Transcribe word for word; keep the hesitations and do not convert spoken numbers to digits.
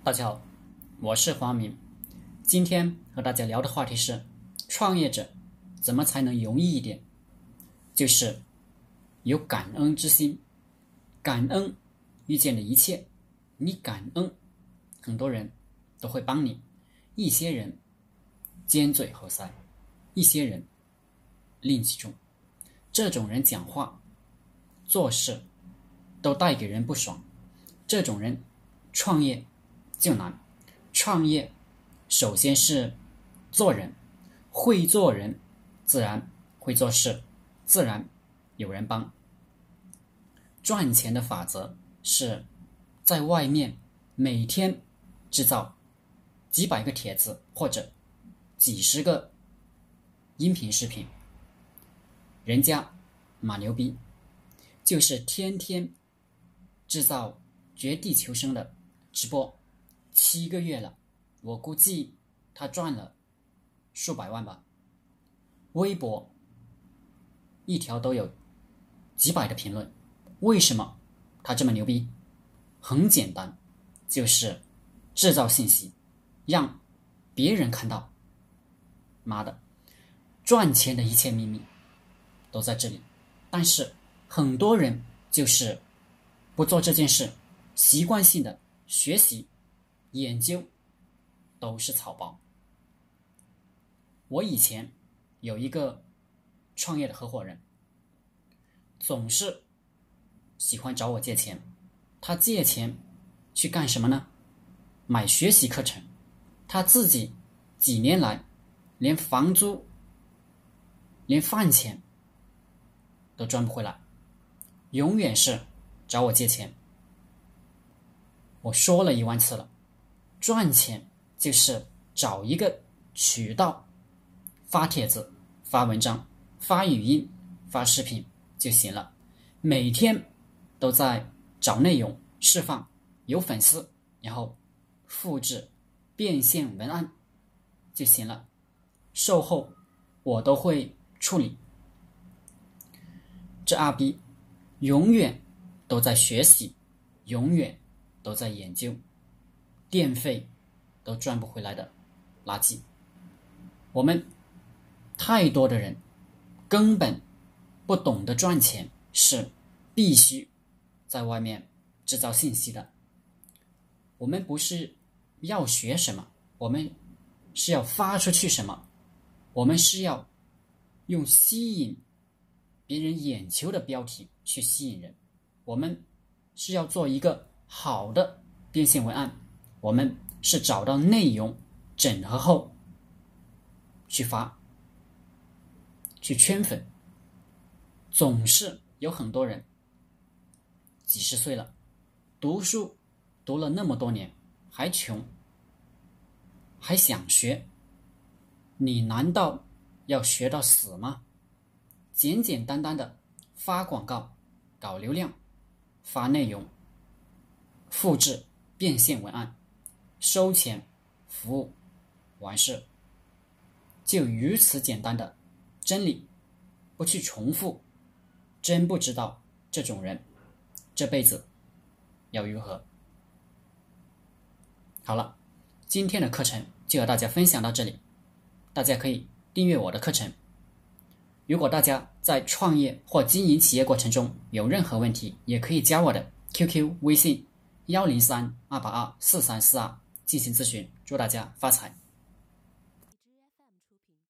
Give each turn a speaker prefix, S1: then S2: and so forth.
S1: 大家好，我是黄明。今天和大家聊的话题是创业者怎么才能容易一点，就是有感恩之心。感恩遇见的一切，你感恩，很多人都会帮你。一些人尖嘴猴腮，一些人另起重，这种人讲话做事都带给人不爽，这种人创业就难。创业首先是做人，会做人自然会做事，自然有人帮。赚钱的法则是在外面每天制造几百个帖子或者几十个音频视频，人家马牛逼，就是天天制造绝地求生的直播，七个月了，我估计他赚了数百万吧。微博一条都有几百的评论，为什么他这么牛逼？很简单，就是制造信息，让别人看到。妈的，赚钱的一切秘密都在这里，但是很多人就是不做这件事，习惯性的学习研究都是草包。我以前有一个创业的合伙人，总是喜欢找我借钱。他借钱去干什么呢？买学习课程。他自己几年来连房租连饭钱都赚不回来，永远是找我借钱。我说了一万次了，赚钱就是找一个渠道，发帖子、发文章、发语音、发视频就行了，每天都在找内容释放，有粉丝，然后复制变现文案就行了，售后我都会处理。这二逼永远都在学习，永远都在研究，电费都赚不回来的垃圾。我们太多的人根本不懂得赚钱是必须在外面制造信息的。我们不是要学什么，我们是要发出去什么，我们是要用吸引别人眼球的标题去吸引人，我们是要做一个好的变现文案，我们是找到内容整合后去发，去圈粉。总是有很多人几十岁了，读书读了那么多年还穷，还想学，你难道要学到死吗？简简单单的发广告、搞流量、发内容、复制变现文案、收钱服务，完事，就如此简单的真理不去重复，真不知道这种人这辈子要如何。好了，今天的课程就和大家分享到这里，大家可以订阅我的课程。如果大家在创业或经营企业过程中有任何问题，也可以加我的 Q Q 微信一零三二八二四三四二进行咨询。祝大家发财！